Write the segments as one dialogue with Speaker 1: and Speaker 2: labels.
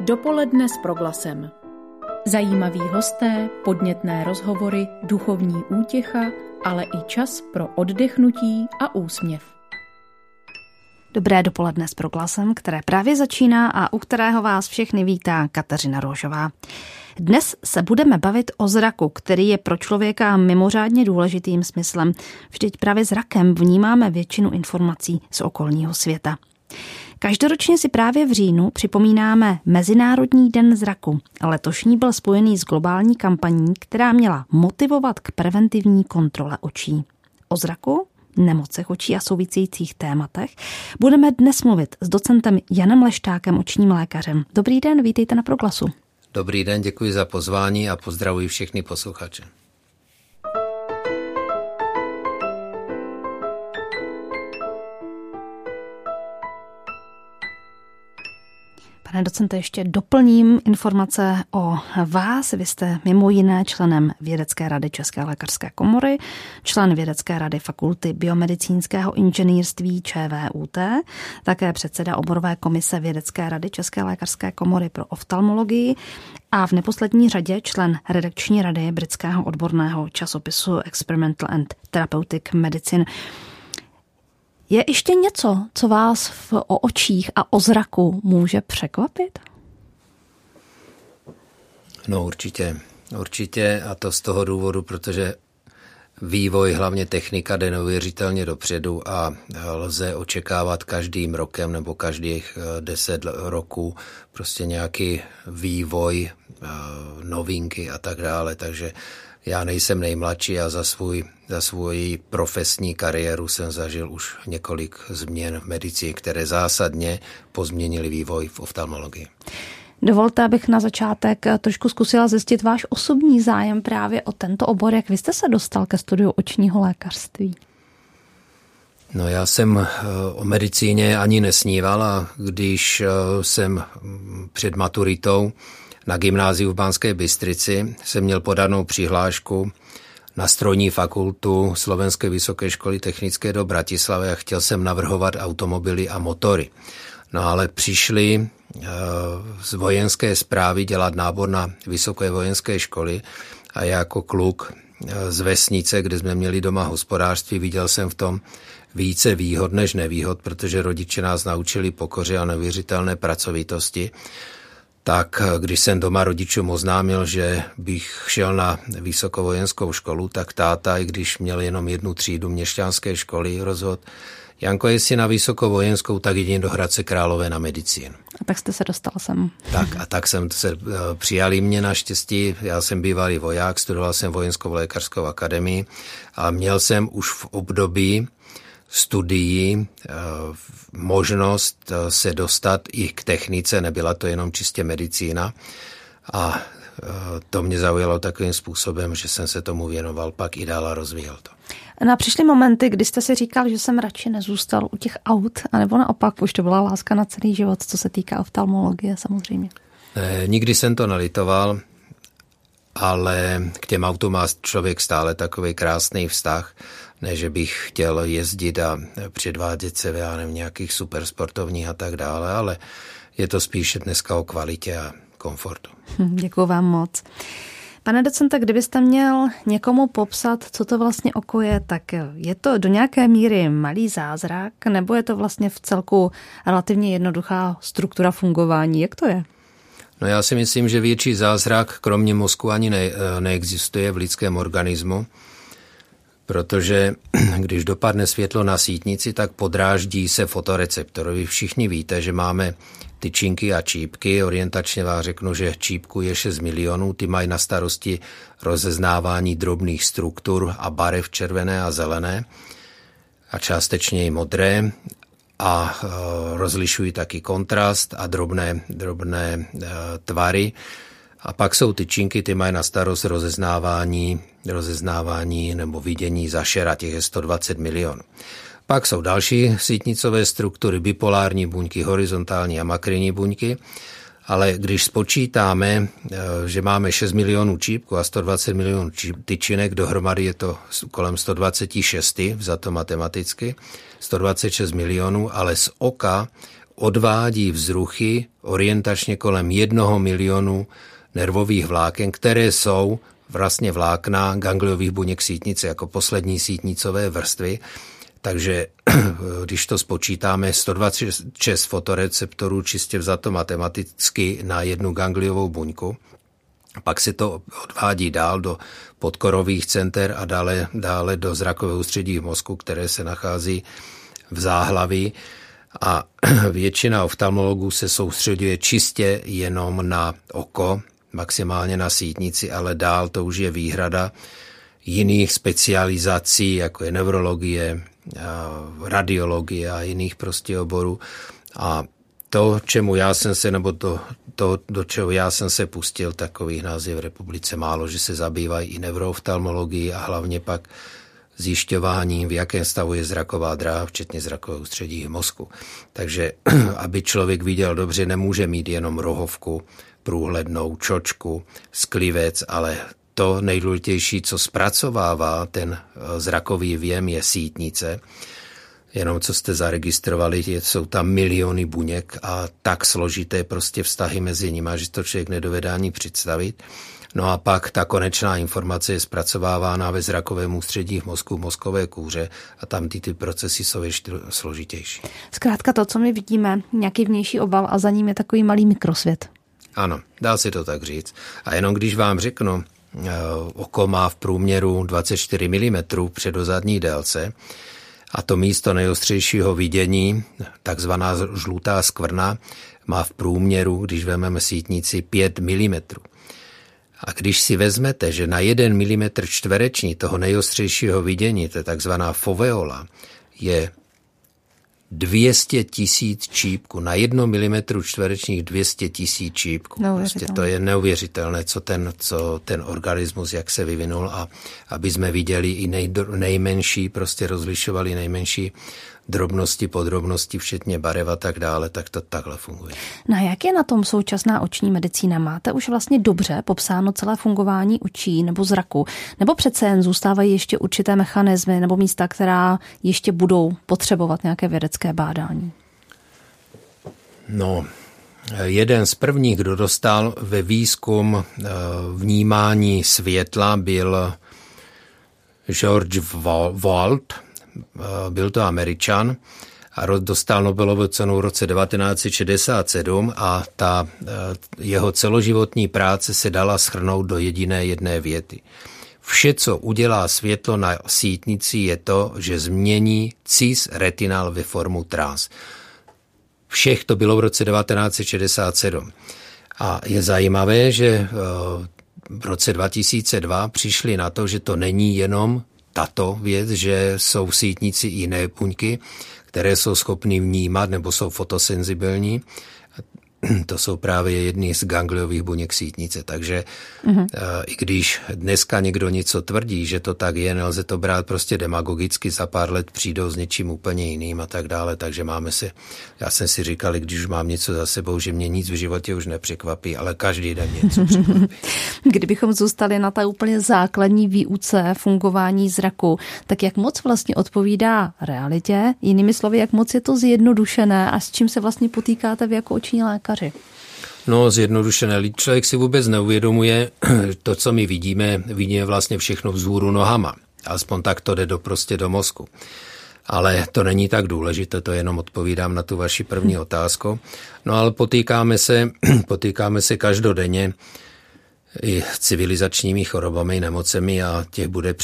Speaker 1: Dopoledne s Proglasem. Zajímaví hosté, podnětné rozhovory, duchovní útěcha, ale i čas pro oddechnutí a úsměv.
Speaker 2: Dobré dopoledne s Proglasem, které právě začíná a u kterého vás všechny vítá Kateřina Rožová. Dnes se budeme bavit o zraku, který je pro člověka mimořádně důležitým smyslem. Vždyť právě zrakem vnímáme většinu informací z okolního světa. Každoročně si právě v říjnu připomínáme Mezinárodní den zraku. Letošní byl spojený s globální kampaní, která měla motivovat k preventivní kontrole očí. O zraku, nemocech očí a souvisejících tématech budeme dnes mluvit s docentem Janem Leštákem, očním lékařem. Dobrý den, vítejte na Proglasu.
Speaker 3: Dobrý den, děkuji za pozvání a pozdravuji všechny posluchače.
Speaker 2: Pane docente, ještě doplním informace o vás. Vy jste mimo jiné členem Vědecké rady České lékařské komory, člen Vědecké rady Fakulty biomedicínského inženýrství ČVUT, také předseda oborové komise Vědecké rady České lékařské komory pro oftalmologii a v neposlední řadě člen redakční rady britského odborného časopisu Experimental and Therapeutic Medicine. Je ještě něco, co vás o očích a o zraku může překvapit?
Speaker 3: No určitě a to z toho důvodu, protože vývoj, hlavně technika, jde neuvěřitelně dopředu a lze očekávat každým rokem nebo každých 10 roků prostě nějaký vývoj, novinky a tak dále, takže já nejsem nejmladší a za svou profesní kariéru jsem zažil už několik změn v medicíně, které zásadně pozměnily vývoj v oftalmologii.
Speaker 2: Dovolte, abych na začátek trošku zkusila zjistit váš osobní zájem právě o tento obor. Jak vy jste se dostal ke studiu očního lékařství?
Speaker 3: No já jsem o medicíně ani nesníval a když jsem před maturitou na gymnáziu v Banské Bystrici jsem měl podanou přihlášku na strojní fakultu Slovenské vysoké školy technické do Bratislavy a chtěl jsem navrhovat automobily a motory. No ale přišli z vojenské správy dělat nábor na vysoké vojenské školy a já jako kluk z vesnice, kde jsme měli doma hospodářství, viděl jsem v tom více výhod než nevýhod, protože rodiče nás naučili pokoře a neuvěřitelné pracovitosti. Tak když jsem doma rodičům oznámil, že bych šel na vysokovojenskou školu, tak táta, i když měl jenom jednu třídu měšťanské školy, rozhodl: Janko, jestli na vysokovojenskou, tak jdi do Hradce Králové na medicínu.
Speaker 2: A tak jste se dostal sem.
Speaker 3: Tak jsem se přijali mě naštěstí. Já jsem bývalý voják, studoval jsem vojenskou lékařskou akademii a měl jsem už v období studií možnost se dostat i k technice, nebyla to jenom čistě medicína a to mě zaujalo takovým způsobem, že jsem se tomu věnoval pak i dál a rozvíjel to.
Speaker 2: A přišly momenty, kdy jste si říkal, že jsem radši nezůstal u těch aut, anebo naopak už to byla láska na celý život, co se týká oftalmologie samozřejmě?
Speaker 3: Nikdy jsem to nelitoval, ale k těm autům má člověk stále takový krásný vztah, ne, že bych chtěl jezdit a předvádět se v nějakých supersportovních a tak dále, ale je to spíše dneska o kvalitě a komfortu.
Speaker 2: Děkuji vám moc. Pane docente, kdybyste měl někomu popsat, co to vlastně oko je, tak je to do nějaké míry malý zázrak, nebo je to vlastně v celku relativně jednoduchá struktura fungování? Jak to je?
Speaker 3: No já si myslím, že větší zázrak kromě mozku ani neexistuje v lidském organismu, protože když dopadne světlo na sítnici, tak podráždí se fotoreceptor. Vy všichni víte, že máme tyčinky a čípky. Orientačně vám řeknu, že čípku je 6 milionů, ty mají na starosti rozeznávání drobných struktur a barev červené a zelené a částečně i modré a rozlišují taky kontrast a drobné tvary. A pak jsou tyčinky, ty mají na starost rozeznávání nebo vidění zašera, těch je 120 milionů. Pak jsou další sítnicové struktury, bipolární buňky, horizontální a makrinní buňky, ale když spočítáme, že máme 6 milionů čípků a 120 milionů tyčinek, dohromady je to kolem 126, vzato matematicky, 126 milionů, ale z oka odvádí vzruchy orientačně kolem 1 milionu nervových vláken, které jsou vlastně vlákna gangliových buněk sítnice jako poslední sítnicové vrstvy. Takže když to spočítáme, 126 fotoreceptorů čistě vzato matematicky na jednu gangliovou buňku. Pak se to odvádí dál do podkorových center a dále do zrakového ústředí v mozku, které se nachází v záhlaví. A většina oftalmologů se soustředuje čistě jenom na oko, maximálně na sítnici, ale dál to už je výhrada jiných specializací, jako je neurologie, radiologie a jiných prostě oborů. A to, do čeho já jsem se pustil, takových nás je v republice málo, že se zabývají i neurooftalmologií a hlavně pak zjišťováním, v jakém stavu je zraková dráha, včetně zrakového ústředí v mozku. Takže aby člověk viděl dobře, nemůže mít jenom rohovku, průhlednou čočku, sklivec, ale to nejdůležitější, co zpracovává ten zrakový věm, je sítnice. Jenom co jste zaregistrovali, jsou tam miliony buněk a tak složité prostě vztahy mezi nimi, že to člověk nedovede ani představit. No a pak ta konečná informace je zpracovávána ve zrakovém ústředí v mozku, v mozkové kůře a tam ty procesy jsou ještě složitější.
Speaker 2: Zkrátka to, co my vidíme, nějaký vnější obal a za ním je takový malý mikrosvět.
Speaker 3: Ano, dá se to tak říct. A jenom když vám řeknu, oko má v průměru 24 mm předozadní délce a to místo nejostřejšího vidění, takzvaná žlutá skvrna, má v průměru, když vezmeme sítnici, 5 mm. A když si vezmete, že na 1 mm čtvereční toho nejostřejšího vidění, to je takzvaná foveola, je 200 000 čípků. Na 1 mm čtverečních 200 000 čípků. Prostě to je neuvěřitelné, co ten organismus, jak se vyvinul a aby jsme viděli i nejmenší, prostě rozlišovali nejmenší drobnosti, podrobnosti, včetně barev a tak dále, tak to takhle funguje.
Speaker 2: No a jak je na tom současná oční medicína? Máte už vlastně dobře popsáno celé fungování očí nebo zraku? Nebo přece jen zůstávají ještě určité mechanismy nebo místa, která ještě budou potřebovat nějaké vědecké bádání?
Speaker 3: No, jeden z prvních, kdo dostal ve výzkum vnímání světla, byl George Wald. Byl to Američan a dostal Nobelovu cenu v roce 1967 a ta jeho celoživotní práce se dala shrnout do jedné věty. Vše, co udělá světlo na sítnici, je to, že změní cis retinal ve formu trans. Všech to bylo v roce 1967. A je zajímavé, že v roce 2002 přišli na to, že to není jenom tato věc, že jsou v sítnici jiné buňky, které jsou schopny vnímat nebo jsou fotosenzibilní. To jsou právě jedny z gangliových buněk sítnice. Takže i když dneska někdo něco tvrdí, že to tak je, nelze to brát prostě demagogicky, za pár let přijdou s něčím úplně jiným a tak dále. Takže já jsem si říkal, když už mám něco za sebou, že mě nic v životě už nepřekvapí, ale každý den něco překvapí.
Speaker 2: Kdybychom zůstali na té úplně základní výuce fungování zraku, tak jak moc vlastně odpovídá realitě? Jinými slovy, jak moc je to zjednodušené a s čím se vlastně potýkáte vy jako oční lékaři?
Speaker 3: No, zjednodušené. Člověk si vůbec neuvědomuje to, co my vidíme vlastně všechno vzhůru nohama. Alespoň tak to jde prostě do mozku. Ale to není tak důležité, to jenom odpovídám na tu vaši první otázku. No ale potýkáme se každodenně i civilizačními chorobami, nemocemi a těch bude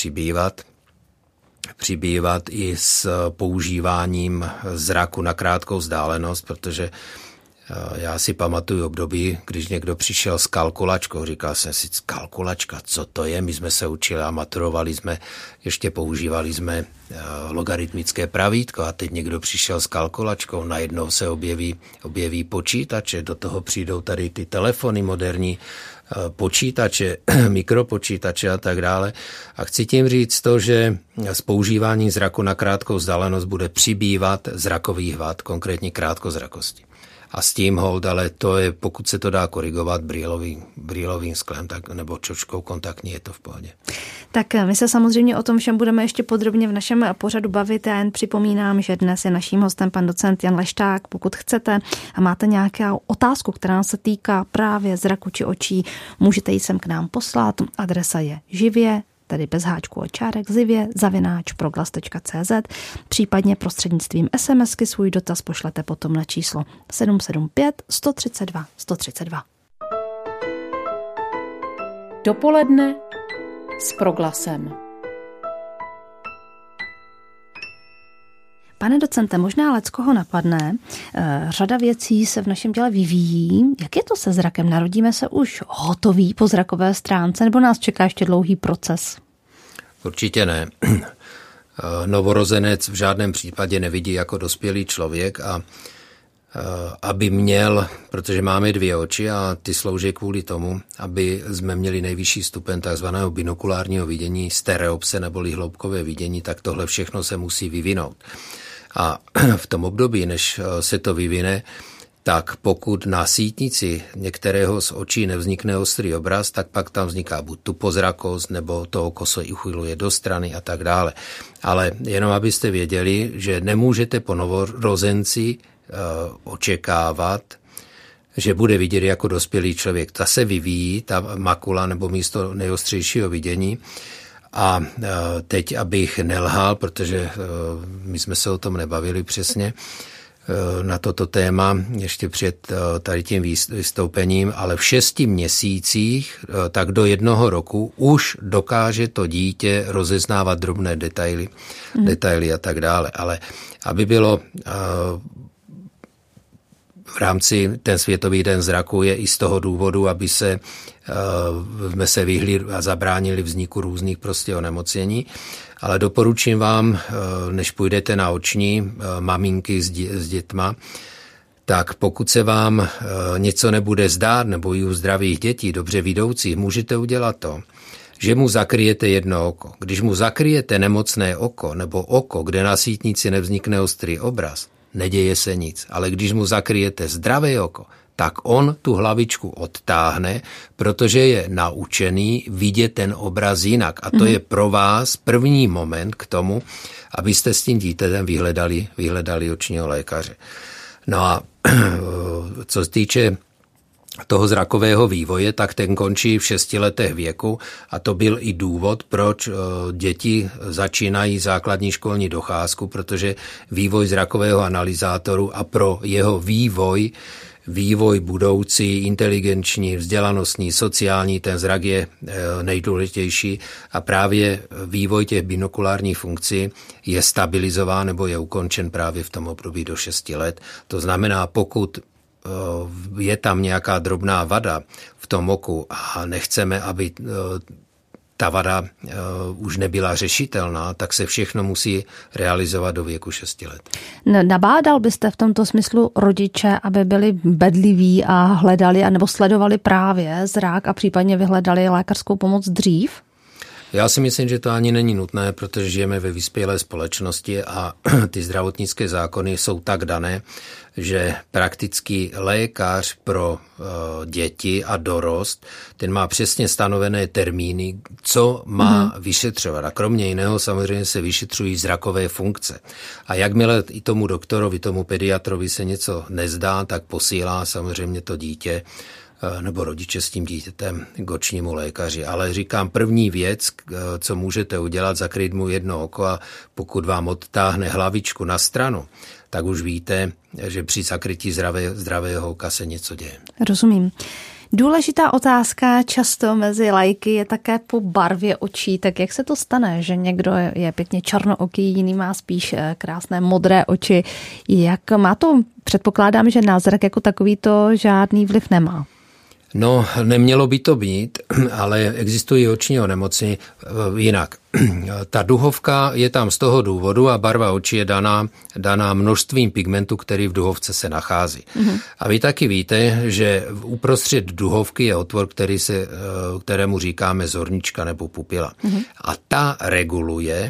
Speaker 3: přibývat i s používáním zraku na krátkou vzdálenost, protože já si pamatuju období, když někdo přišel s kalkulačkou, říkal jsem si, kalkulačka, co to je? My jsme se učili a maturovali jsme, ještě používali jsme logaritmické pravítko a teď někdo přišel s kalkulačkou, najednou se objeví počítače, do toho přijdou tady ty telefony moderní, počítače, mikropočítače a tak dále. A chci tím říct to, že s používáním zraku na krátkou vzdálenost bude přibývat zrakových vad, konkrétně krátkozrakosti. a s tím hold, ale to je, pokud se to dá korigovat brýlovým sklem tak, nebo čočkou kontaktní, je to v pohodě.
Speaker 2: Tak my se samozřejmě o tom všem budeme ještě podrobně v našem pořadu bavit. Já jen připomínám, že dnes je naším hostem pan docent Jan Lešták. Pokud chcete a máte nějakou otázku, která se týká právě zraku či očí, můžete ji sem k nám poslat. Adresa je živě, tedy bez háčku a čárek, zivě@proglas.cz, případně prostřednictvím SMSky svůj dotaz pošlete potom na číslo 775 132 132.
Speaker 1: Dopoledne s Proglasem.
Speaker 2: Pane docente, možná leckoho napadne, řada věcí se v našem těle vyvíjí. Jak je to se zrakem? Narodíme se už hotový po zrakové stránce, nebo nás čeká ještě dlouhý proces?
Speaker 3: Určitě ne. Novorozenec v žádném případě nevidí jako dospělý člověk a aby měl, protože máme 2 oči a ty slouží kvůli tomu, aby jsme měli nejvyšší stupeň takzvaného binokulárního vidění, stereopse neboli hloubkové vidění, tak tohle všechno se musí vyvinout. A v tom období, než se to vyvine, tak pokud na sítnici některého z očí nevznikne ostrý obraz, tak pak tam vzniká buď tupozrakost, nebo to oko se uchyluje do strany a tak dále. Ale jenom abyste věděli, že nemůžete po novorozenci očekávat, že bude vidět jako dospělý člověk. Ta se vyvíjí, ta makula nebo místo nejostřejšího vidění. A teď, abych nelhal, protože my jsme se o tom nebavili přesně na toto téma ještě před tady tím vystoupením, ale v 6 měsících, tak do 1 roku už dokáže to dítě rozeznávat drobné detaily a tak dále. Ale aby bylo v rámci ten Světový den zraku je i z toho důvodu, aby jsme se vyhli a zabránili vzniku různých prostě onemocnění. Ale doporučím vám, než půjdete na oční maminky s dětma, tak pokud se vám něco nebude zdát, nebo i u zdravých dětí, dobře vidoucích, můžete udělat to, že mu zakryjete jedno oko. Když mu zakryjete nemocné oko nebo oko, kde na sítnici nevznikne ostrý obraz, neděje se nic. Ale když mu zakryjete zdravé oko, tak on tu hlavičku odtáhne, protože je naučený vidět ten obraz jinak. A to je pro vás první moment k tomu, abyste s tím dítětem vyhledali očního lékaře. No a co se týče toho zrakového vývoje, tak ten končí v 6 letech věku a to byl i důvod, proč děti začínají základní školní docházku, protože vývoj zrakového analyzátoru a pro jeho vývoj budoucí, inteligenční, vzdělanostní, sociální, ten zrak je nejdůležitější a právě vývoj těch binokulárních funkcí je stabilizován nebo je ukončen právě v tom období do 6 let. To znamená, pokud je tam nějaká drobná vada v tom oku a nechceme, aby ta vada už nebyla řešitelná, tak se všechno musí realizovat do věku 6 let.
Speaker 2: Nabádal byste v tomto smyslu rodiče, aby byli bedliví a hledali anebo sledovali právě zrak a případně vyhledali lékařskou pomoc dřív?
Speaker 3: Já si myslím, že to ani není nutné, protože žijeme ve vyspělé společnosti a ty zdravotnické zákony jsou tak dané, že prakticky lékař pro děti a dorost, ten má přesně stanovené termíny, co má vyšetřovat. A kromě jiného samozřejmě se vyšetřují zrakové funkce. A jakmile i tomu doktorovi, tomu pediatrovi se něco nezdá, tak posílá samozřejmě to dítě nebo rodiče s tím dítětem k očnímu lékaři. Ale říkám, první věc, co můžete udělat, zakryt mu jedno oko a pokud vám odtáhne hlavičku na stranu, tak už víte, že při zakrytí zdravého oka se něco děje.
Speaker 2: Rozumím. Důležitá otázka často mezi laiky je také po barvě očí. Tak jak se to stane, že někdo je pěkně černooký, jiný má spíš krásné modré oči? Jak má to, předpokládám, že na zrak jako takový to žádný vliv nemá.
Speaker 3: No, nemělo by to být, ale existují oční onemocnění jinak. Ta duhovka je tam z toho důvodu a barva očí je daná množstvím pigmentu, který v duhovce se nachází. A vy taky víte, že uprostřed duhovky je otvor, kterému říkáme zornička nebo pupila. A ta reguluje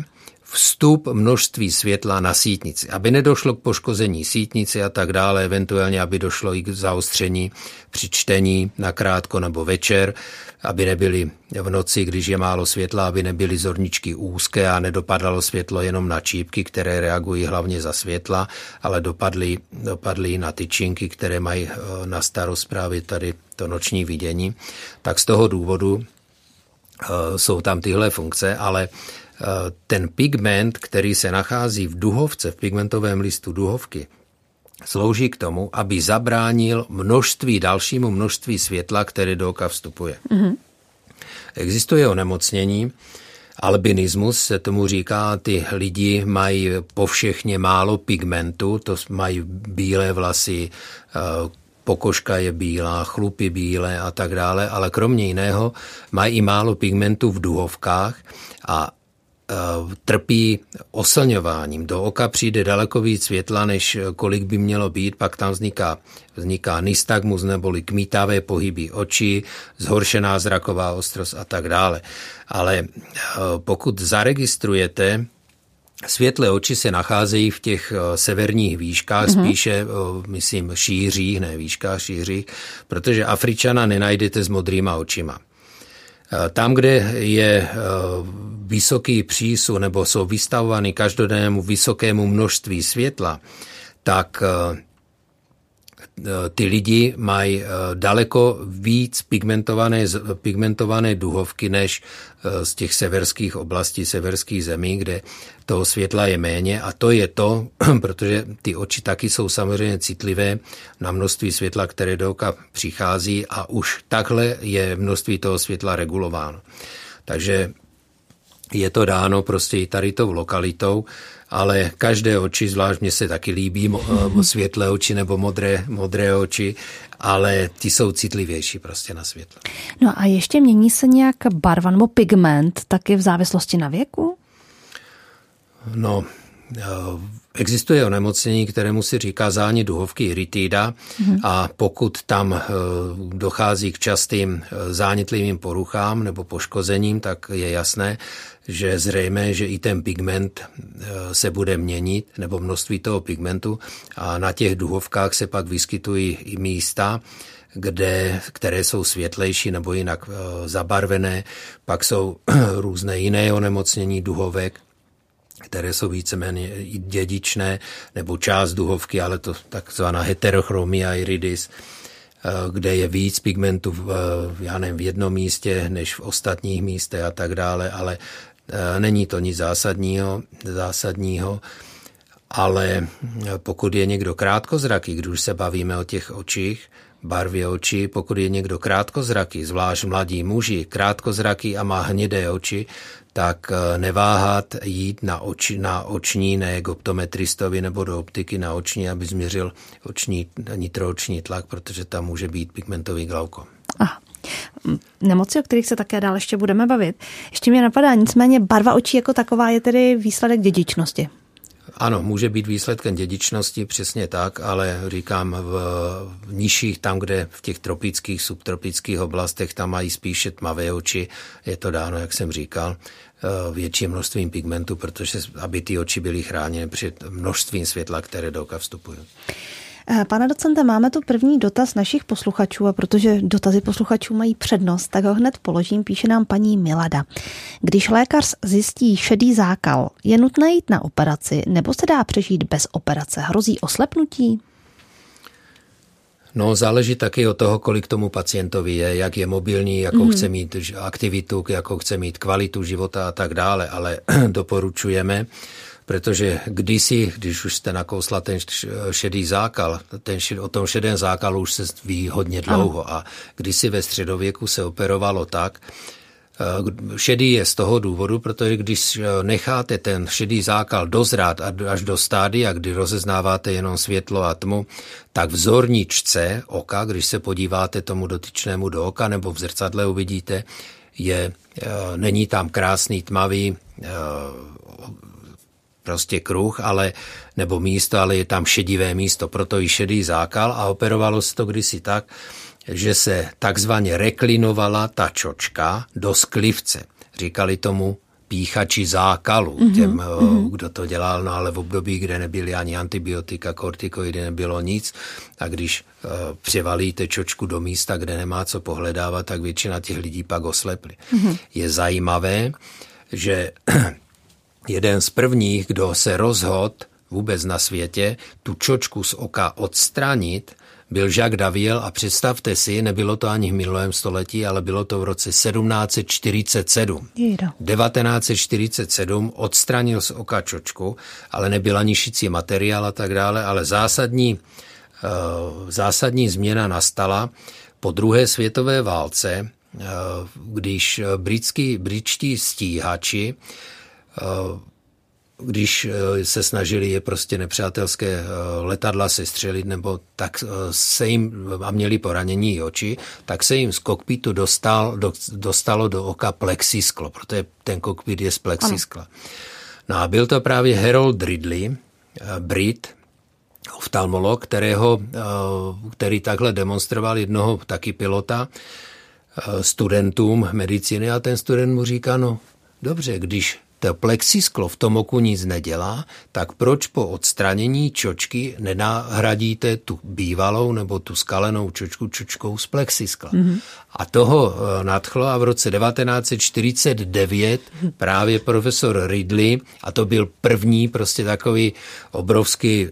Speaker 3: vstup množství světla na sítnici, aby nedošlo k poškození sítnice a tak dále, eventuálně aby došlo i k zaostření při čtení nakrátko nebo večer, aby nebyly v noci, když je málo světla, aby nebyly zorničky úzké a nedopadalo světlo jenom na čípky, které reagují hlavně za světla, ale dopadly na tyčinky, které mají na starost právě tady to noční vidění. Tak z toho důvodu jsou tam tyhle funkce, ale ten pigment, který se nachází v duhovce, v pigmentovém listu duhovky, slouží k tomu, aby zabránil dalšímu množství světla, které do oka vstupuje. Mm-hmm. Existuje onemocnění, albinismus se tomu říká, ty lidi mají povšechně málo pigmentu, to mají bílé vlasy, pokožka je bílá, chlupy bílé a tak dále, ale kromě jiného mají i málo pigmentu v duhovkách a trpí oslňováním. Do oka přijde daleko víc světla, než kolik by mělo být, pak tam vzniká nystagmus neboli kmítavé pohyby očí, zhoršená zraková ostrost a tak dále. Ale pokud zaregistrujete, světlé oči se nacházejí v těch severních výškách, spíše, myslím, šířích, ne výškách, šířích, protože Afričana nenajdete s modrýma očima. Tam, kde je vysoký přísun nebo jsou vystavovány každodennému vysokému množství světla, tak ty lidi mají daleko víc pigmentované duhovky než z těch severských oblastí, severských zemí, kde toho světla je méně a to je to, protože ty oči taky jsou samozřejmě citlivé na množství světla, které do oka přichází a už takhle je množství toho světla regulováno. Takže je to dáno prostě i tady tou lokalitou, ale každé oči, zvlášť mně se taky líbí světlé oči nebo modré oči, ale ty jsou citlivější prostě na světlo.
Speaker 2: No a ještě mění se nějak barva nebo pigment taky v závislosti na věku?
Speaker 3: No, existuje onemocnění, kterému se říká zánět duhovky iritida a pokud tam dochází k častým zánětlivým poruchám nebo poškozením, tak je jasné, že zřejmě, že i ten pigment se bude měnit, nebo množství toho pigmentu a na těch duhovkách se pak vyskytují i místa, které jsou světlejší nebo jinak zabarvené, pak jsou různé jiné onemocnění duhovek, které jsou víceméně dědičné, nebo část duhovky, ale to takzvaná heterochromia iridis, kde je víc pigmentu v jednom místě než v ostatních místech a tak dále, ale není to nic zásadního, ale pokud je někdo krátkozraký, když se bavíme o těch očích, barvě očí, pokud je někdo krátkozraký, zvlášť mladí muži, krátkozraký a má hnědé oči, tak neváhat jít na oční, ne k optometristovi nebo do optiky na oční, aby změřil nitrooční tlak, protože tam může být pigmentový glaukom.
Speaker 2: Aha. Nemoci, o kterých se také dál ještě budeme bavit. Ještě mě napadá, nicméně barva očí jako taková je tedy výsledek dědičnosti.
Speaker 3: Ano, může být výsledkem dědičnosti, přesně tak, ale říkám v nižších, tam, kde v těch tropických, subtropických oblastech, tam mají spíše tmavé oči, je to dáno, jak jsem říkal, větším množstvím pigmentu, protože aby ty oči byly chráněny před množstvím světla, které do oka vstupují.
Speaker 2: Pane docente, máme tu první dotaz našich posluchačů a protože dotazy posluchačů mají přednost, tak ho hned položím, píše nám paní Milada. Když lékař zjistí šedý zákal, je nutné jít na operaci nebo se dá přežít bez operace? Hrozí oslepnutí?
Speaker 3: No, záleží taky od toho, kolik tomu pacientovi je, jak je mobilní, jakou chce mít aktivitu, jakou chce mít kvalitu života a tak dále, ale doporučujeme, protože když už jste nakousla ten šedý zákal, o tom šedém zákalu už se ví hodně dlouho a kdysi ve středověku se operovalo tak, šedý je z toho důvodu, protože když necháte ten šedý zákal dozrát až do stádia, kdy rozeznáváte jenom světlo a tmu, tak v zorničce oka, když se podíváte tomu dotyčnému do oka nebo v zrcadle uvidíte, není tam krásný tmavý prostě kruh, nebo místo, ale je tam šedivé místo, proto i šedý zákal a operovalo se to kdysi tak, že se takzvaně reklinovala ta čočka do sklivce. Říkali tomu píchači zákalu, těm, kdo to dělal, no ale v období, kde nebyly ani antibiotika, kortikoidy, nebylo nic a když převalíte čočku do místa, kde nemá co pohledávat, tak většina těch lidí pak oslepli. Je zajímavé, že jeden z prvních, kdo se rozhodl vůbec na světě tu čočku z oka odstranit, byl Jacques Daviel a představte si, nebylo to ani v minulém století, ale bylo to v roce 1747. 1947 odstranil z oka čočku, ale nebyl ani šicí materiál a tak dále, ale zásadní změna nastala po druhé světové válce, když britští stíhači když se snažili je prostě nepřátelské letadla sestřelit, nebo tak se jim, a měli poranění oči, tak se jim z kokpitu dostalo do oka plexisklo, protože ten kokpit je z plexiskla. No a byl to právě Harold Ridley, Brit, oftalmolog, který takhle demonstroval jednoho taky pilota studentům medicíny a ten student mu říká, no dobře, když to plexisklo v tom oku nic nedělá, tak proč po odstranění čočky nenahradíte tu bývalou nebo tu skalenou čočkou z plexiskla. A toho nadchlo a v roce 1949 právě profesor Ridley, a to byl první prostě takový obrovský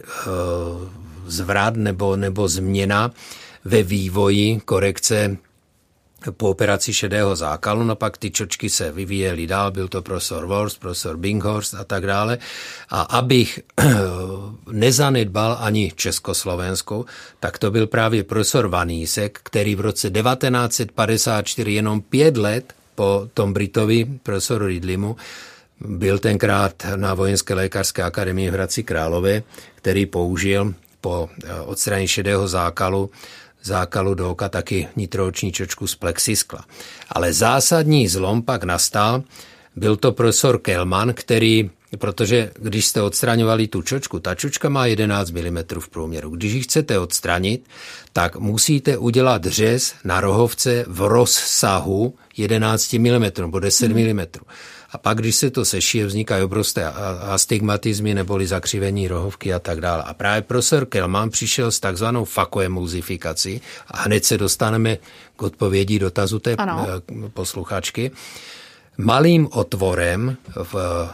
Speaker 3: zvrat nebo změna ve vývoji korekce po operaci šedého zákalu, no pak ty čočky se vyvíjely dál, byl to profesor Worst, profesor Binghorst a tak dále. A abych nezanedbal ani Československu, tak to byl právě profesor Vanísek, který v roce 1954, jenom 5 let po tom Britovi, profesoru Ridleymu, byl tenkrát na Vojenské lékařské akademii v Hradci Králové, který použil po odstranění šedého zákalu do oka taky nitrooční čočku z plexiskla. Ale zásadní zlom pak nastal, byl to profesor Kellman, který, protože když jste odstraňovali tu čočku, ta čočka má 11 mm v průměru. Když ji chcete odstranit, tak musíte udělat řez na rohovce v rozsahu 11 mm nebo 10 mm. A pak, když se to sešije, vznikají obrovské astigmatizmy neboli zakřivení rohovky a tak dále. A právě profesor Kellman přišel s takzvanou fakoemulzifikací a hned se dostaneme k odpovědi dotazu té posluchačky. Malým otvorem v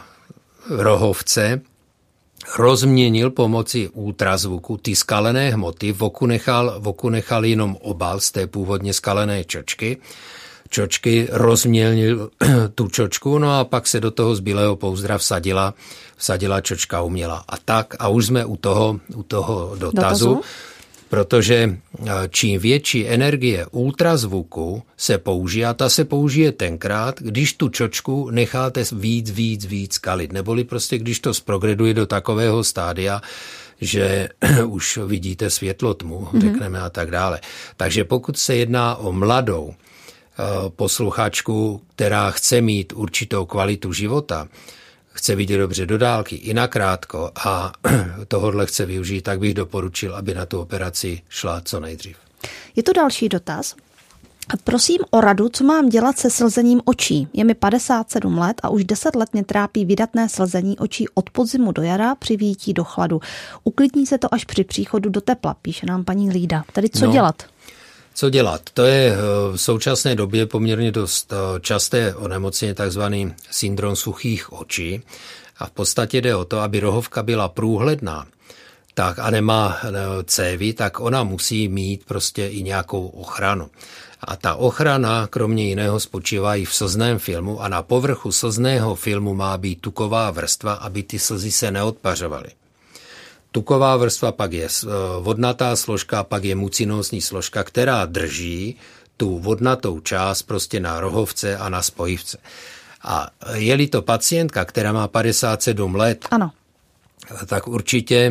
Speaker 3: rohovce rozměnil pomocí ultrazvuku ty skalené hmoty, v oku nechal jenom obal z té původně skalené čočky, rozmělnil tu čočku, no a pak se do toho zbylého pouzdra vsadila čočka umělá. A už jsme u toho dotazu, protože čím větší energie ultrazvuku se použije, a ta se použije tenkrát, když tu čočku necháte víc kalit, neboli prostě když to zprogreduje do takového stádia, že už vidíte světlo tmu, řekneme a tak dále. Takže pokud se jedná o mladou posluchačku, která chce mít určitou kvalitu života, chce vidět dobře do dálky i nakrátko a tohodle chce využít, tak bych doporučil, aby na tu operaci šla co nejdřív.
Speaker 2: Je to další dotaz. Prosím o radu, co mám dělat se slzením očí. Je mi 57 let a už 10 let mě trápí vydatné slzení očí od podzimu do jara při výjití do chladu. Uklidní se to až při příchodu do tepla, píše nám paní Lída. Tedy co dělat? Co dělat?
Speaker 3: To je v současné době poměrně dost časté onemocnění, takzvaný syndrom suchých očí. A v podstatě jde o to, aby rohovka byla průhledná, tak a nemá cévy, tak ona musí mít prostě i nějakou ochranu. A ta ochrana, kromě jiného, spočívá i v slzném filmu a na povrchu slzného filmu má být tuková vrstva, aby ty slzy se neodpařovaly. Tuková vrstva pak je vodnatá složka, pak je mucinózní složka, která drží tu vodnatou část prostě na rohovce a na spojivce. A je-li to pacientka, která má 57 let,
Speaker 2: ano,
Speaker 3: tak určitě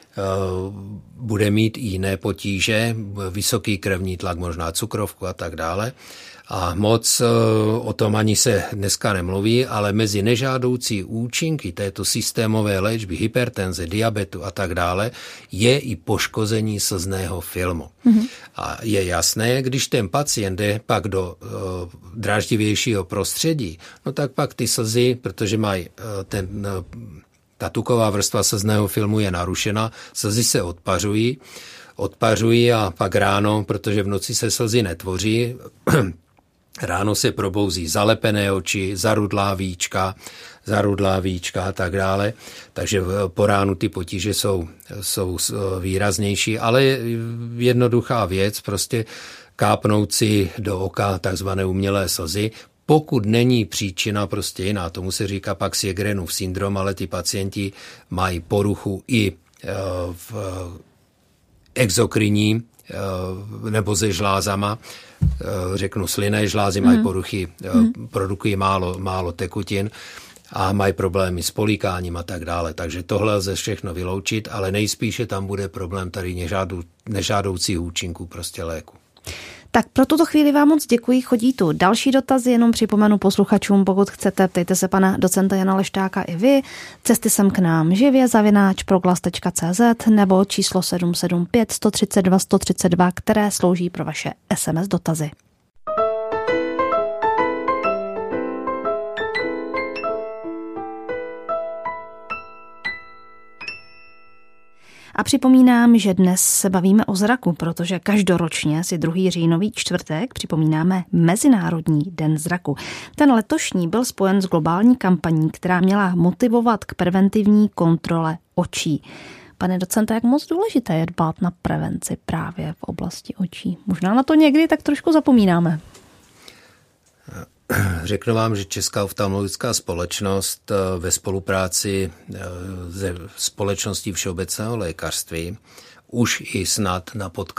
Speaker 3: bude mít i jiné potíže, vysoký krevní tlak, možná cukrovku a tak dále. A moc o tom ani se dneska nemluví, ale mezi nežádoucí účinky této systémové léčby, hypertenze, diabetu a tak dále, je i poškození slzného filmu. Mm-hmm. A je jasné, když ten pacient jde pak do dráždivějšího prostředí, no tak pak ty slzy, protože mají ta tuková vrstva slzného filmu je narušena, slzy se odpařují a pak ráno, protože v noci se slzy netvoří, ráno se probouzí zalepené oči, zarudlá víčka a tak dále. Takže po ránu ty potíže jsou výraznější, ale jednoduchá věc, prostě kápnout si do oka takzvané umělé slzy, pokud není příčina prostě jiná. Tomu se říká pak Sjögrenův syndrom, ale ty pacienti mají poruchu i v exokrinní nebo se žlázama, řeknu slinné žlázy, mají poruchy, produkují málo tekutin a mají problémy s políkáním a tak dále. Takže tohle lze všechno vyloučit, ale nejspíše tam bude problém tady nežádoucích účinků prostě léku.
Speaker 2: Tak pro tuto chvíli vám moc děkuji. Chodí tu další dotazy, jenom připomenu posluchačům, pokud chcete, ptejte se pana docenta Jana Leštáka i vy. Cesty sem k nám živě@proglas.cz nebo číslo 775 132 132, které slouží pro vaše SMS dotazy. A připomínám, že dnes se bavíme o zraku, protože každoročně si 2. říjnový čtvrtek připomínáme Mezinárodní den zraku. Ten letošní byl spojen s globální kampaní, která měla motivovat k preventivní kontrole očí. Pane docente, jak moc důležité je dbát na prevenci právě v oblasti očí? Možná na to někdy tak trošku zapomínáme.
Speaker 3: Řeknu vám, že Česká oftalmologická společnost ve spolupráci se Společností všeobecného lékařství už i snad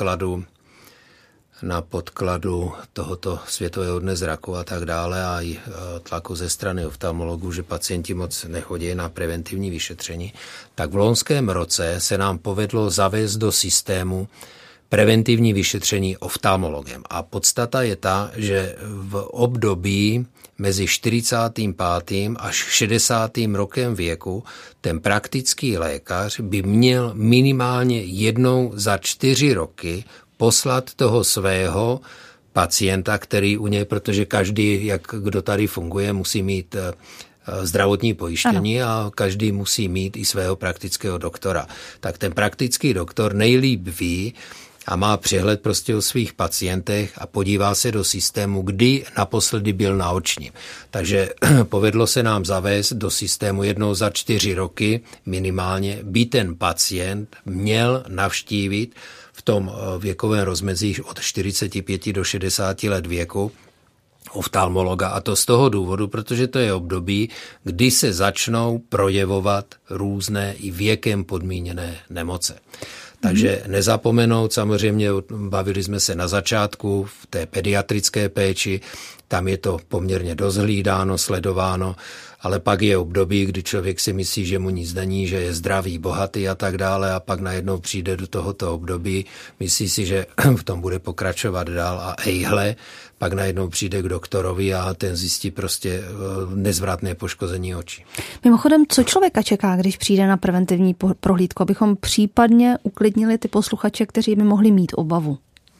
Speaker 3: na podkladu tohoto Světového dne zraku a tak dále a i tlaku ze strany oftalmologů, že pacienti moc nechodí na preventivní vyšetření, tak v loňském roce se nám povedlo zavést do systému preventivní vyšetření oftalmologem. A podstata je ta, že v období mezi 45. až 60. rokem věku ten praktický lékař by měl minimálně jednou za 4 roky poslat toho svého pacienta, který u něj, protože každý, jak kdo tady funguje, musí mít zdravotní pojištění a každý musí mít i svého praktického doktora. Tak ten praktický doktor nejlíp ví a má přehled prostě o svých pacientech a podívá se do systému, kdy naposledy byl na očním. Takže povedlo se nám zavést do systému jednou za 4 roky minimálně, by ten pacient měl navštívit v tom věkovém rozmezí od 45 do 60 let věku oftalmologa, a to z toho důvodu, protože to je období, kdy se začnou projevovat různé i věkem podmíněné nemoce. Takže nezapomenout, samozřejmě bavili jsme se na začátku v té pediatrické péči, tam je to poměrně dost hlídáno, sledováno, ale pak je období, kdy člověk si myslí, že mu nic není, že je zdravý, bohatý a tak dále a pak najednou přijde do tohoto období, myslí si, že v tom bude pokračovat dál a ejhle, pak najednou přijde k doktorovi a ten zjistí prostě nezvratné poškození očí.
Speaker 2: Mimochodem, co člověka čeká, když přijde na preventivní prohlídku, abychom případně uklidnili ty posluchače, kteří by mohli mít obavu?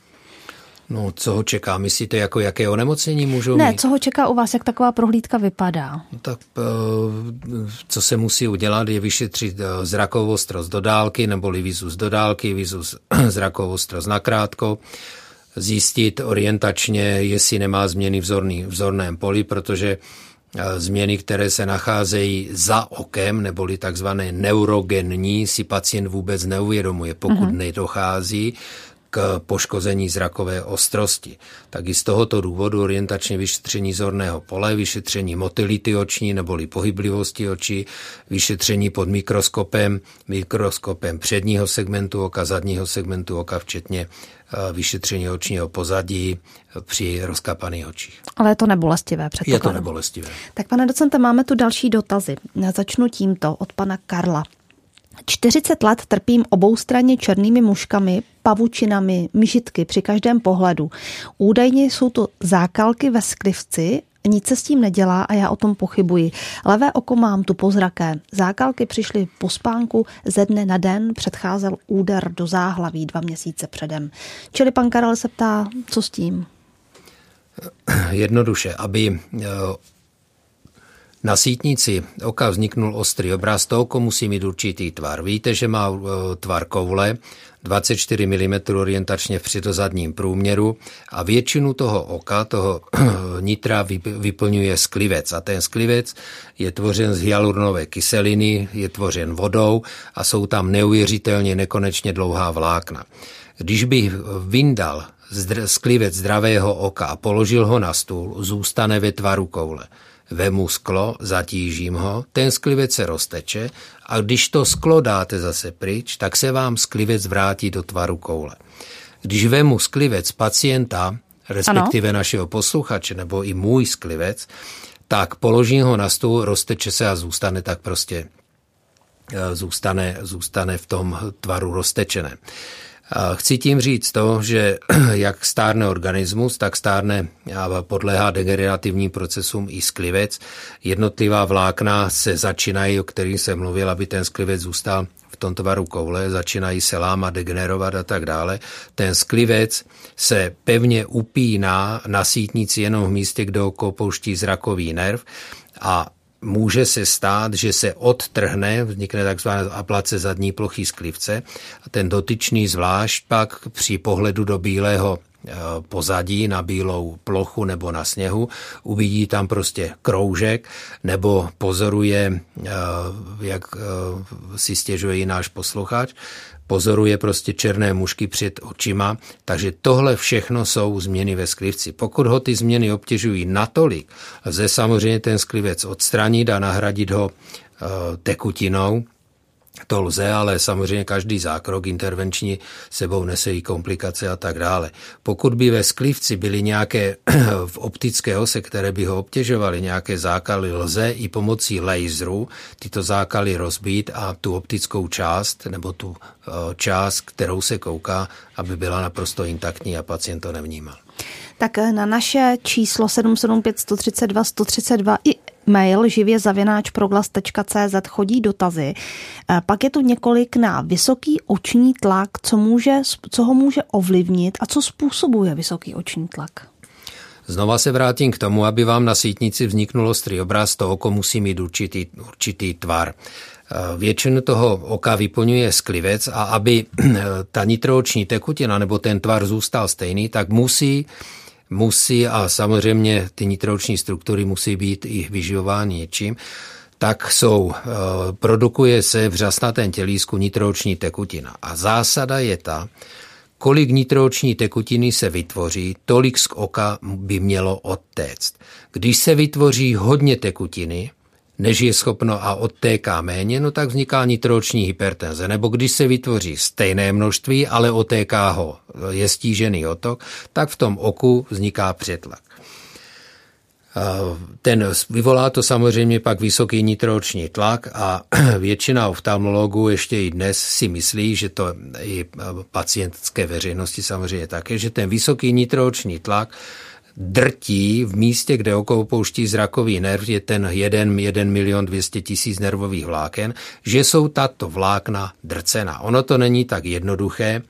Speaker 3: No, co ho čeká? Myslíte, jako jaké onemocnění můžou mít?
Speaker 2: Ne, co ho čeká u vás, jak taková prohlídka vypadá?
Speaker 3: No, tak co se musí udělat, je vyšetřit zrakovou ostrost do dálky, neboli vizus do dálky, vizus zrakovou ostrost nakrátko, zjistit orientačně, jestli nemá změny v vzorném poli, protože změny, které se nacházejí za okem, neboli takzvané neurogenní, si pacient vůbec neuvědomuje, pokud nedochází k poškození zrakové ostrosti. Tak i z tohoto důvodu orientačně vyšetření zorného pole, vyšetření motility oční neboli pohyblivosti očí, vyšetření pod mikroskopem předního segmentu oka, zadního segmentu oka, včetně vyšetření očního pozadí při rozkapaných očích.
Speaker 2: Ale je to nebolestivé, předpokládám.
Speaker 3: Je to nebolestivé.
Speaker 2: Tak pane docente, máme tu další dotazy. Začnu tímto od pana Karla. 40 let trpím oboustranně černými muškami, pavučinami, myšitky při každém pohledu. Údajně jsou to zákalky ve sklivci, nic se s tím nedělá a já o tom pochybuji. Levé oko mám tupozraké. Zákalky přišly po spánku, ze dne na den předcházel úder do záhlaví 2 měsíce předem. Čili pan Karel se ptá, co s tím?
Speaker 3: Jednoduše, aby na sítnici oka vzniknul ostrý obraz, to oko musí mít určitý tvar. Víte, že má tvar koule, 24 mm orientačně v předozadním průměru a většinu toho oka, toho nitra vyplňuje sklivec. A ten sklivec je tvořen z hyaluronové kyseliny, je tvořen vodou a jsou tam neuvěřitelně nekonečně dlouhá vlákna. Když bych vyndal sklivec zdravého oka a položil ho na stůl, zůstane ve tvaru koule. Vemu sklo, zatížím ho, ten sklivec se rozteče a když to sklo dáte zase pryč, tak se vám sklivec vrátí do tvaru koule. Když vemu sklivec pacienta, respektive našeho posluchače nebo i můj sklivec, tak položím ho na stůl, rozteče se a zůstane tak prostě, zůstane v tom tvaru roztečené. Chci tím říct to, že jak stárne organismus, tak stárne a podléhá degenerativním procesům i sklivec. Jednotlivá vlákna se začínají, o kterých jsem mluvil, aby ten sklivec zůstal v tom tvaru koule, začínají se lámat, degenerovat a tak dále. Ten sklivec se pevně upíná na sítnici jenom v místě, kde oko pouští zrakový nerv a může se stát, že se odtrhne, vznikne takzvaná ablace zadní plochy sklivce a ten dotyčný zvlášť pak při pohledu do bílého pozadí na bílou plochu nebo na sněhu uvidí tam prostě kroužek nebo pozoruje, jak si stěžuje i náš posluchač, pozoruje prostě černé mušky před očima, takže tohle všechno jsou změny ve sklivci. Pokud ho ty změny obtěžují natolik, lze samozřejmě ten sklivec odstranit a nahradit ho tekutinou. To lze, ale samozřejmě každý zákrok intervenční sebou nese i komplikace a tak dále. Pokud by ve sklivci byly nějaké v optické ose, které by ho obtěžovaly, nějaké zákaly, lze i pomocí laseru tyto zákaly rozbít a tu optickou část nebo tu část, kterou se kouká, aby byla naprosto intaktní a pacient to nevnímal.
Speaker 2: Tak na naše číslo 775 132 132 i mail živě@proglas.cz chodí dotazy. Pak je tu několik na vysoký oční tlak, co ho může ovlivnit a co způsobuje vysoký oční tlak.
Speaker 3: Znova se vrátím k tomu, aby vám na sítnici vzniknul ostrý obraz, to oko musí mít určitý tvar. Většinu toho oka vyplňuje sklivec a aby ta nitrooční tekutina nebo ten tvar zůstal stejný, tak musí a samozřejmě ty nitrooční struktury musí být i vyživovány něčím, tak produkuje se v řasnatém tělísku nitrooční tekutina. A zásada je ta, kolik nitrooční tekutiny se vytvoří, tolik z oka by mělo odtéct. Když se vytvoří hodně tekutiny, než je schopno a odtéká méně, no tak vzniká nitrooční hypertenze. Nebo když se vytvoří stejné množství, ale otéká ho, je stížený otok, tak v tom oku vzniká přetlak. Vyvolá to samozřejmě pak vysoký nitrooční tlak a většina oftalmologů ještě i dnes si myslí, že to i pacientské veřejnosti samozřejmě také, že ten vysoký nitrooční tlak drtí v místě, kde oko opouští zrakový nerv, je ten 1 200 000 nervových vláken, že jsou tato vlákna drcena. Ono to není tak jednoduché.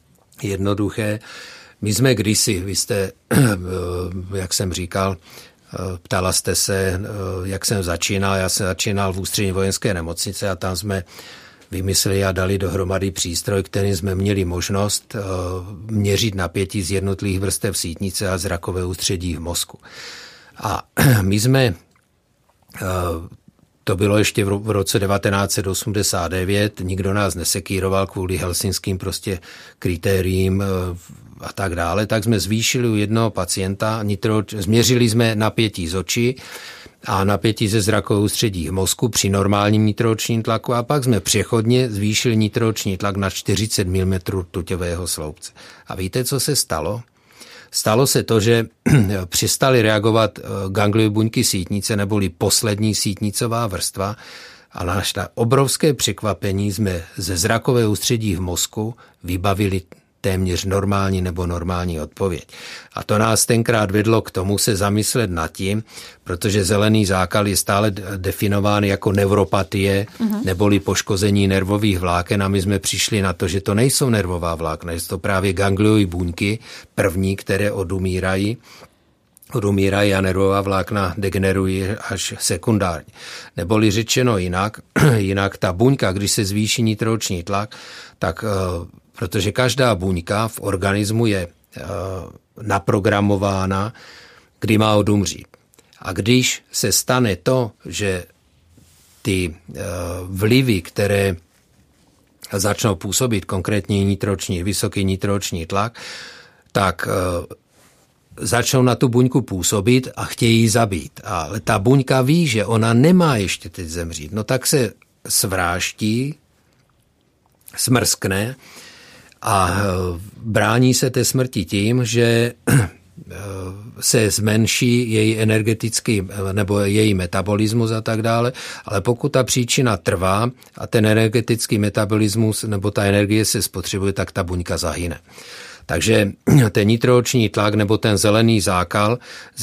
Speaker 3: My jsme kdysi, vy jste, jak jsem říkal, ptala jste se, jak jsem začínal. Já jsem začínal v Ústřední vojenské nemocnici a tam jsme vymysleli a dali dohromady přístroj, kterým jsme měli možnost měřit napětí z jednotlivých vrstev sítnice a zrakové ústředí v mozku. A my jsme, to bylo ještě v roce 1989, nikdo nás nesekíroval kvůli helsinským prostě kritériím a tak dále, tak jsme zvýšili u jednoho pacienta, změřili jsme napětí z očí a napětí ze zrakového ústředí v mozku při normálním nitroočním tlaku a pak jsme přechodně zvýšili nitrooční tlak na 40 mm rtuťového sloupce. A víte, co se stalo? Stalo se to, že přestaly reagovat gangliové buňky sítnice neboli poslední sítnicová vrstva A na obrovské překvapení jsme ze zrakového ústředí v mozku vybavili téměř normální nebo normální odpověď. A to nás tenkrát vedlo k tomu se zamyslet nad tím, protože zelený zákal je stále definován jako neuropatie neboli poškození nervových vláken a my jsme přišli na to, že to nejsou nervová vlákna, že to právě gangliové buňky první, které odumírají a nervová vlákna degenerují až sekundárně. Neboli řečeno jinak ta buňka, když se zvýší nitrooční tlak, tak protože každá buňka v organismu je naprogramována, kdy má odumřít. A když se stane to, že ty vlivy, které začnou působit, konkrétně vysoký nitrooční tlak, tak začnou na tu buňku působit a chtějí ji zabít. Ale ta buňka ví, že ona nemá ještě teď zemřít. No tak se svráští, smrskne a brání se té smrti tím, že se zmenší její energetický nebo její metabolismus a tak dále, ale pokud ta příčina trvá a ten energetický metabolismus nebo ta energie se spotřebuje, tak ta buňka zahyne. Takže ten nitrooční tlak nebo ten zelený zákal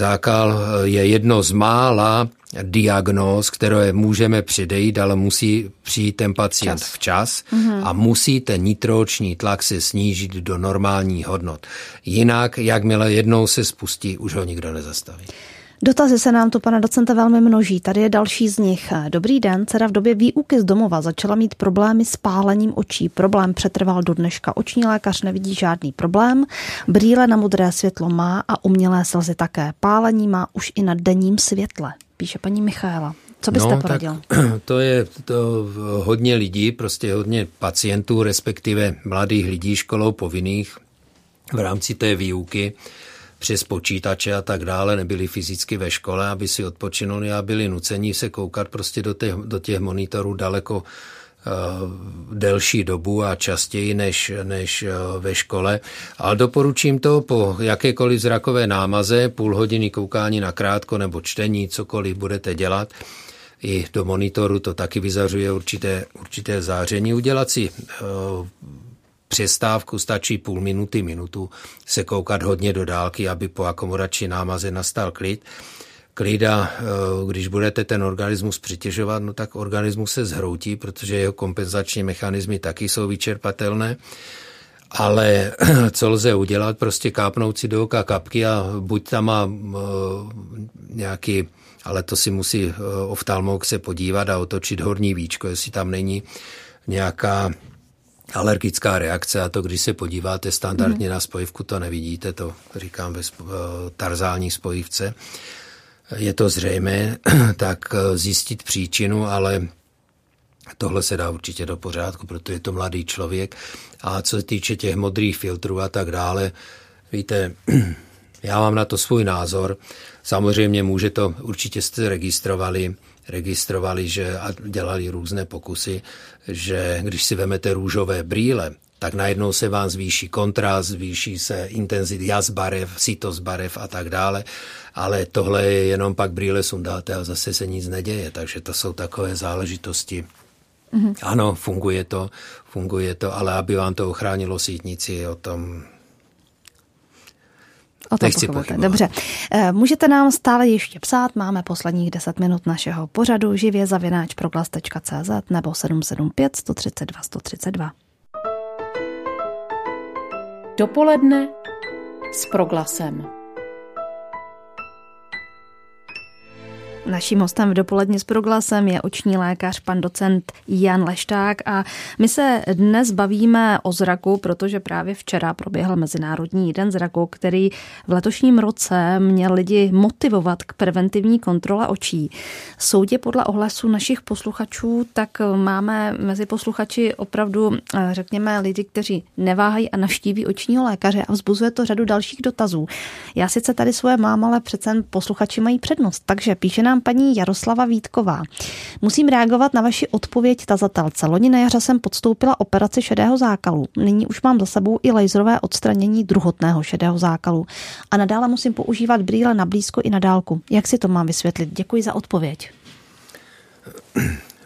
Speaker 3: je jedno z mála diagnóz, které můžeme předejít, ale musí přijít ten pacient včas a musí ten nitrooční tlak se snížit do normálních hodnot. Jinak, jakmile jednou se spustí, už ho nikdo nezastaví.
Speaker 2: Dotazy se nám tu, pane docente, velmi množí. Tady je další z nich. Dobrý den, dcera v době výuky z domova začala mít problémy s pálením očí. Problém přetrval do dneška. Oční lékař nevidí žádný problém. Brýle na modré světlo má a umělé slzy také. Pálení má už i na denním světle, píše paní Michaela. Co byste poradil?
Speaker 3: To je hodně lidí, prostě hodně pacientů, respektive mladých lidí školou povinných v rámci té výuky přes počítače a tak dále, nebyli fyzicky ve škole, aby si odpočinuli a byli nuceni se koukat prostě do těch monitorů daleko delší dobu a častěji než ve škole. Ale doporučím to po jakékoliv zrakové námaze, půl hodiny koukání na krátko nebo čtení, cokoliv budete dělat. I do monitoru to taky vyzařuje určité záření. Udělat si přestávku, stačí půl minuty, minutu se koukat hodně do dálky, aby po akomodační námaze nastal klid a když budete ten organismus přitěžovat, no tak organismus se zhroutí, protože jeho kompenzační mechanismy taky jsou vyčerpatelné. Ale co lze udělat? Prostě kápnout si do oka kapky a buď tam má nějaký, ale to si musí oftalmolog se podívat a otočit horní víčko, jestli tam není nějaká alergická reakce a to, když se podíváte standardně na spojivku, to nevidíte, to říkám ve tarzální spojivce. Je to zřejmé, tak zjistit příčinu, ale tohle se dá určitě do pořádku, protože je to mladý člověk. A co se týče těch modrých filtrů a tak dále, víte, já mám na to svůj názor. Samozřejmě určitě jste registrovali, že a dělali různé pokusy, že když si vemete růžové brýle, tak najednou se vám zvýší kontrast, zvýší se intenzita jas barev, sítost barev a tak dále, ale tohle je jenom pak brýle sundáte a zase se nic neděje, takže to jsou takové záležitosti. Ano, funguje to, ale aby vám to ochránilo sítnici, o tom nechci pochybovat.
Speaker 2: Dobře. Můžete nám stále ještě psát, máme posledních 10 minut našeho pořadu živě@proglas.cz nebo 775 132 132.
Speaker 1: Dopoledne s Proglasem.
Speaker 2: Naším hostem v Dopoledni s Proglasem je oční lékař pan docent Jan Lešták a my se dnes bavíme o zraku, protože právě včera proběhl Mezinárodní den zraku, který v letošním roce měl lidi motivovat k preventivní kontrole očí. Soudě podle ohlasu našich posluchačů, tak máme mezi posluchači opravdu, řekněme, lidi, kteří neváhají a navštíví očního lékaře a vzbuzuje to řadu dalších dotazů. Já sice tady svoje mám, ale přece posluchači mají přednost, takže píše nám paní Jaroslava Vítková. Musím reagovat na vaši odpověď tazatelce. Loni na jaře jsem podstoupila operaci šedého zákalu. Nyní už mám za sebou i laserové odstranění druhotného šedého zákalu. A nadále musím používat brýle na blízko i na dálku. Jak si to mám vysvětlit? Děkuji za odpověď.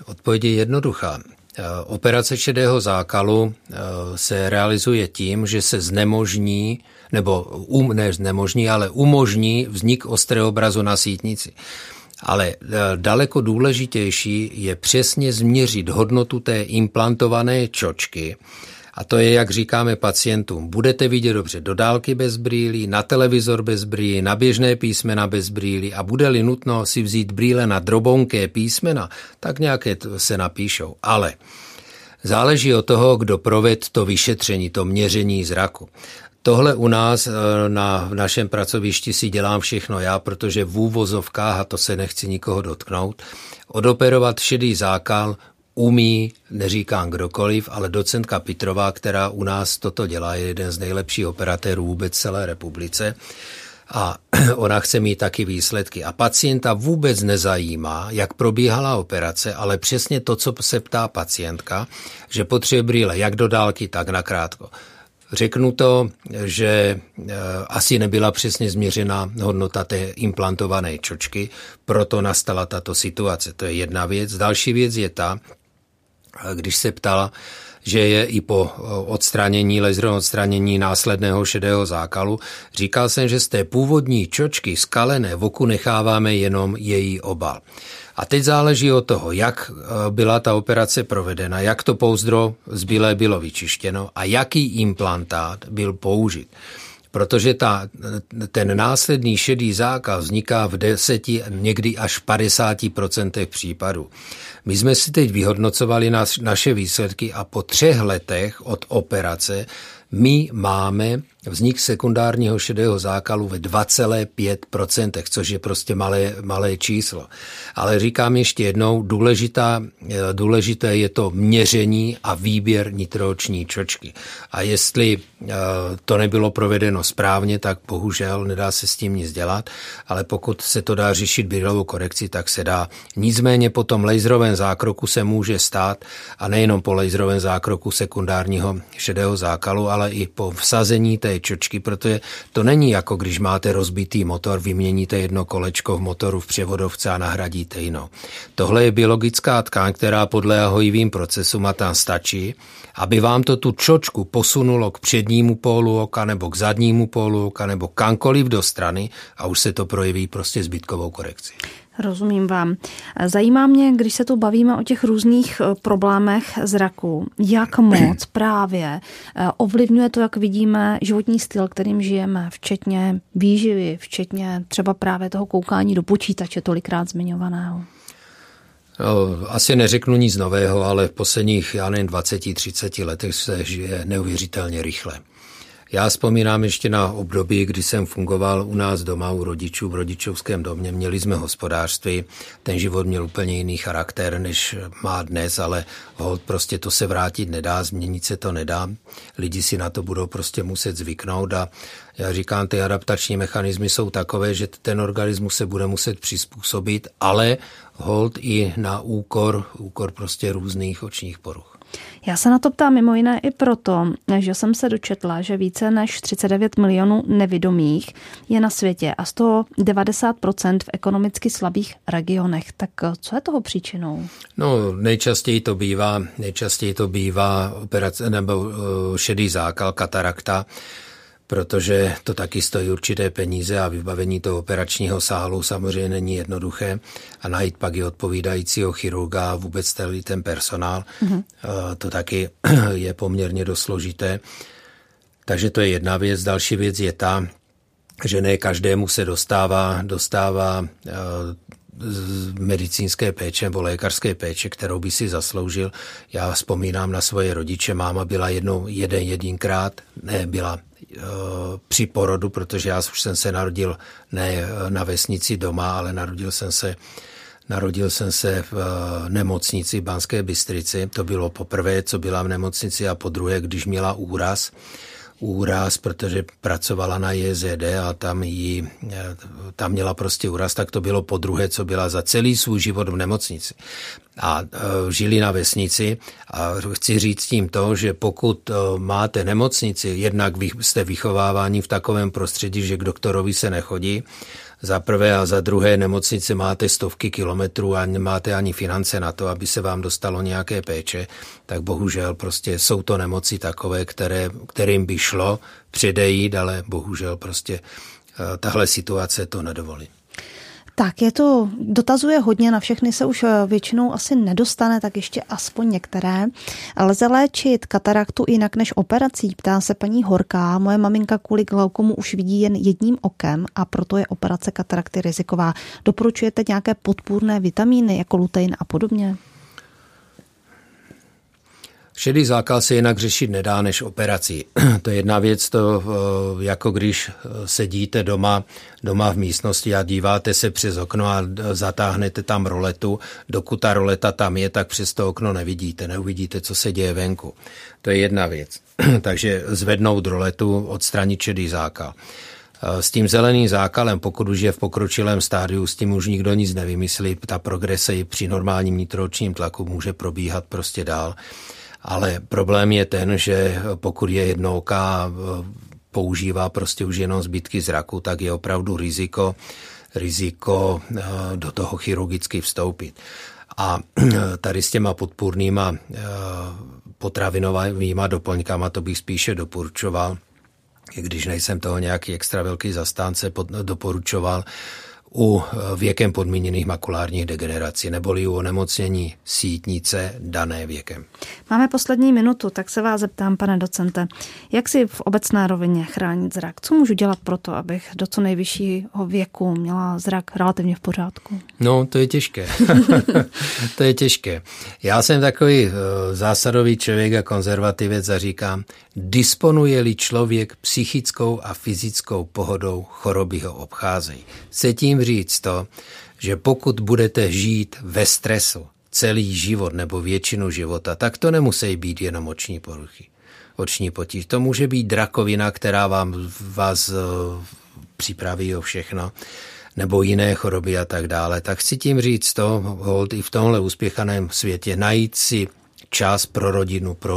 Speaker 3: Odpověď je jednoduchá. Operace šedého zákalu se realizuje tím, že se znemožní, nebo ale umožní vznik ostrého obrazu na sítnici. Ale daleko důležitější je přesně změřit hodnotu té implantované čočky. A to je, jak říkáme pacientům, budete vidět dobře do dálky bez brýlí, na televizor bez brýlí, na běžné písmena bez brýlí a bude-li nutno si vzít brýle na drobonké písmena, tak nějaké se napíšou. Ale záleží od toho, kdo proved to vyšetření, to měření zraku. Tohle u nás na našem pracovišti si dělám všechno já, protože v úvozovkách, a to se nechci nikoho dotknout, odoperovat šedý zákal umí, neříkám kdokoliv, ale docentka Pitrová, která u nás toto dělá, je jeden z nejlepších operatérů vůbec celé republice a ona chce mít taky výsledky. A pacienta vůbec nezajímá, jak probíhala operace, ale přesně to, co se ptá pacientka, že potřebuje brýle jak do dálky, tak nakrátko. Řeknu to, že asi nebyla přesně změřena hodnota té implantované čočky, proto nastala tato situace. To je jedna věc. Další věc je ta, když se ptala, že je i po laserovém odstranění následného šedého zákalu. Říkal jsem, že z té původní čočky skalené v oku necháváme jenom její obal. A teď záleží od toho, jak byla ta operace provedena, jak to pouzdro zbylé bylo vyčištěno a jaký implantát byl použit. Protože ten následný šedý zákal vzniká v 10, někdy až 50% případů. My jsme si teď vyhodnocovali naše výsledky a po 3 letech od operace my máme vznik sekundárního šedého zákalu ve 2,5%, což je prostě malé číslo. Ale říkám ještě jednou, důležité je to měření a výběr nitrooční čočky. A jestli to nebylo provedeno správně, tak bohužel nedá se s tím nic dělat, ale pokud se to dá řešit brýlovou korekci, tak se dá. Nicméně po tom laserovém zákroku se může stát, a nejenom po laserovém zákroku sekundárního šedého zákalu, ale i po vsazení té čočky, protože to není jako když máte rozbitý motor, vyměníte jedno kolečko v motoru v převodovce a nahradíte jinou. Tohle je biologická tkáň, která podléhá hojivým procesům a tam stačí, aby vám to tu čočku posunulo k přednímu pólu oka nebo k zadnímu pólu oka nebo kamkoliv do strany a už se to projeví prostě zbytkovou korekcí.
Speaker 2: Rozumím vám. Zajímá mě, když se tu bavíme o těch různých problémech zraku, jak moc právě ovlivňuje to, jak vidíme, životní styl, kterým žijeme, včetně výživy, včetně třeba právě toho koukání do počítače tolikrát zmiňovaného.
Speaker 3: Asi neřeknu nic nového, ale v posledních, 20-30 letech se žije neuvěřitelně rychle. Já vzpomínám ještě na období, kdy jsem fungoval u nás doma, u rodičů, v rodičovském domě. Měli jsme hospodářství, ten život měl úplně jiný charakter, než má dnes, ale prostě to se vrátit nedá, změnit se to nedá. Lidi si na to budou prostě muset zvyknout a já říkám, ty adaptační mechanismy jsou takové, že ten organismus se bude muset přizpůsobit, ale holt i na úkor prostě různých očních poruch.
Speaker 2: Já se na to ptám mimo jiné i proto, že jsem se dočetla, že více než 39 milionů nevidomých je na světě a z toho 90% v ekonomicky slabých regionech. Tak co je toho příčinou?
Speaker 3: No, nejčastěji to bývá operace nebo šedý zákal, katarakta, protože to taky stojí určité peníze a vybavení toho operačního sálu samozřejmě není jednoduché a najít pak i odpovídajícího chirurga a vůbec celý ten personál, to taky je poměrně dost složité. Takže to je jedna věc. Další věc je ta, že ne každému se dostává medicínské péče nebo lékařské péče, kterou by si zasloužil. Já vzpomínám na svoje rodiče, máma byla jedinkrát, byla při porodu, protože já už jsem se narodil ne na vesnici doma, ale narodil jsem se v nemocnici v Banské Bystrici. To bylo poprvé, co byla v nemocnici a podruhé, když měla úraz, protože pracovala na JZD a tam měla prostě úraz, tak to bylo podruhé, co byla za celý svůj život v nemocnici. A žili na vesnici a chci říct tím to, že pokud máte nemocnici, jednak jste vychováváni v takovém prostředí, že k doktorovi se nechodí, za prvé a za druhé nemocnice máte stovky kilometrů a nemáte ani finance na to, aby se vám dostalo nějaké péče, tak bohužel prostě jsou to nemoci takové, kterým by šlo předejít, ale bohužel prostě tahle situace to nedovolí.
Speaker 2: Tak dotazuje hodně, na všechny se už většinou asi nedostane, tak ještě aspoň některé. Lze léčit kataraktu jinak než operací? Ptá se paní Horká. Moje maminka kvůli glaukomu už vidí jen jedním okem a proto je operace katarakty riziková. Doporučujete nějaké podpůrné vitamíny jako lutein a podobně?
Speaker 3: Šedý zákal se jinak řešit nedá než operací. To je jedna věc, to jako když sedíte doma v místnosti a díváte se přes okno a zatáhnete tam roletu. Dokud ta roleta tam je, tak přes to okno neuvidíte, co se děje venku. To je jedna věc. Takže zvednout roletu, odstranit šedý zákal. S tím zeleným zákalem, pokud už je v pokročilém stádiu, s tím už nikdo nic nevymyslí, ta progrese i při normálním nitroočním tlaku může probíhat prostě dál. Ale problém je ten, že pokud je jednooká a používá prostě už jenom zbytky zraku, tak je opravdu riziko do toho chirurgicky vstoupit. A tady s těma podpůrnýma potravinovými doplňkama to bych spíše doporučoval, i když nejsem toho nějaký extra velký zastánce, doporučoval u věkem podmíněných makulárních degenerací neboli u onemocnění sítnice dané věkem.
Speaker 2: Máme poslední minutu, tak se vás zeptám, pane docente, jak si v obecné rovině chránit zrak? Co můžu dělat pro to, abych do co nejvyššího věku měla zrak relativně v pořádku?
Speaker 3: No, to je těžké. To je těžké. Já jsem takový zásadový člověk a konzervativec a říkám, disponuje-li člověk psychickou a fyzickou pohodou, choroby ho obcházejí. Chce tím říct to, že pokud budete žít ve stresu celý život nebo většinu života, tak to nemusí být jenom oční poruchy, oční potíž. To může být drakovina, která vás připraví o všechno, nebo jiné choroby a tak dále. Tak chci tím říct to, hold i v tomhle uspěchaném světě, najít si čas pro rodinu, pro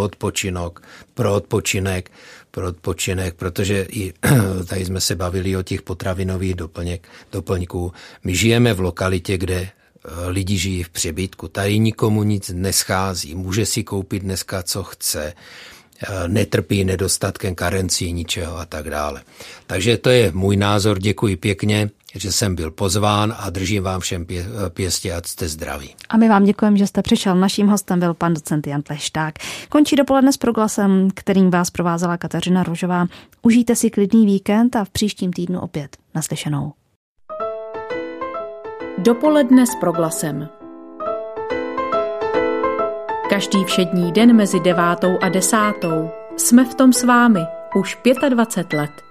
Speaker 3: odpočinek, protože i tady jsme se bavili o těch potravinových doplňků. My žijeme v lokalitě, kde lidi žijí v přebytku. Tady nikomu nic neschází. Může si koupit dneska, co chce. Netrpí nedostatkem karencí, ničeho a tak dále. Takže to je můj názor. Děkuji pěkně, že jsem byl pozván a držím vám všem pěstě, ať jste zdraví.
Speaker 2: A my vám děkujeme, že jste přišel. Naším hostem byl pan docent Jan Plešták. Končí dopoledne s Proglasem, kterým vás provázela Kateřina Rožová. Užijte si klidný víkend a v příštím týdnu opět naslyšenou.
Speaker 1: Dopoledne s Proglasem. Každý všední den mezi 9. a 10. jsme v tom s vámi už 25 let.